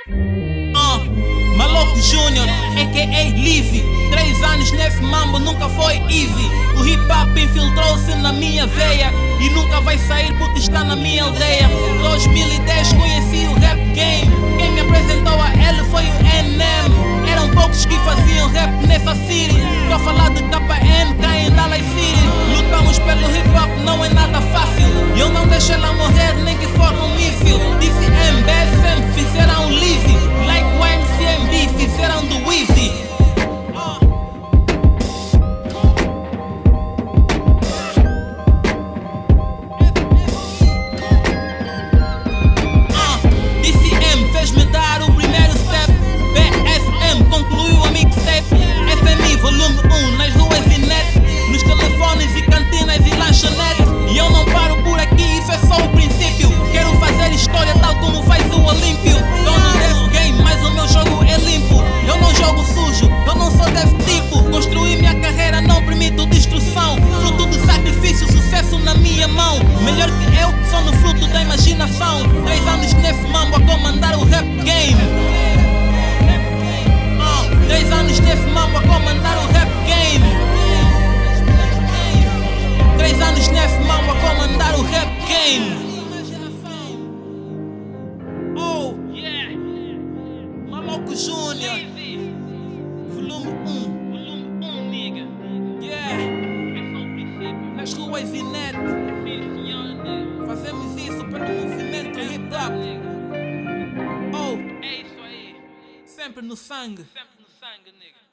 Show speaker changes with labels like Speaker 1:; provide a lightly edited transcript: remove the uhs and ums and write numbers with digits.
Speaker 1: Maloco Júnior, a.k.a. Livy. 3 anos nesse mambo nunca foi easy. O hip hop infiltrou-se na minha veia e nunca vai sair porque está na minha aldeia. 2010 conheci o rap game. Quem me apresentou a ele foi o NM. Eram poucos que faziam rap nessa city. Tô a falar de KN, cá em Dallas City. Lutamos pelo hip hop, não é nada fácil. E eu não deixo ela morrer nem que for um míssil. DCM, BSM fizeram um Livy. Like YMCMB fizeram do Weezy. DCM fez-me dar o primeiro step. BSM concluiu a mixtape. FMI volume 1 nas ruas e net, nos telefones e cantinas e lanchonete. E eu não paro por aqui, isso é só o princípio. Quero fazer história tal como faz o Olímpio. Dono desse game, mas o meu jogo é limpo. Eu não jogo sujo, eu não sou desse tipo. Construí minha carreira, não permito destruição. Fruto do sacrifício, sucesso na minha mão. Melhor que eu, só no fruto da imaginação. 3 anos nesse mambo a comandar o rap game. 3 anos nesse mambo a comandar o rap game. 3 anos nesse mambo a comandar o rap game. Oh, yeah. Maloco Júnior. Volume 1. Volume 1, nigga. Yeah. Nas ruas e net. Fazemos isso pelo movimento hip hop. Oh, é isso aí. Sempre no sangue. Sempre no sangue, nigga.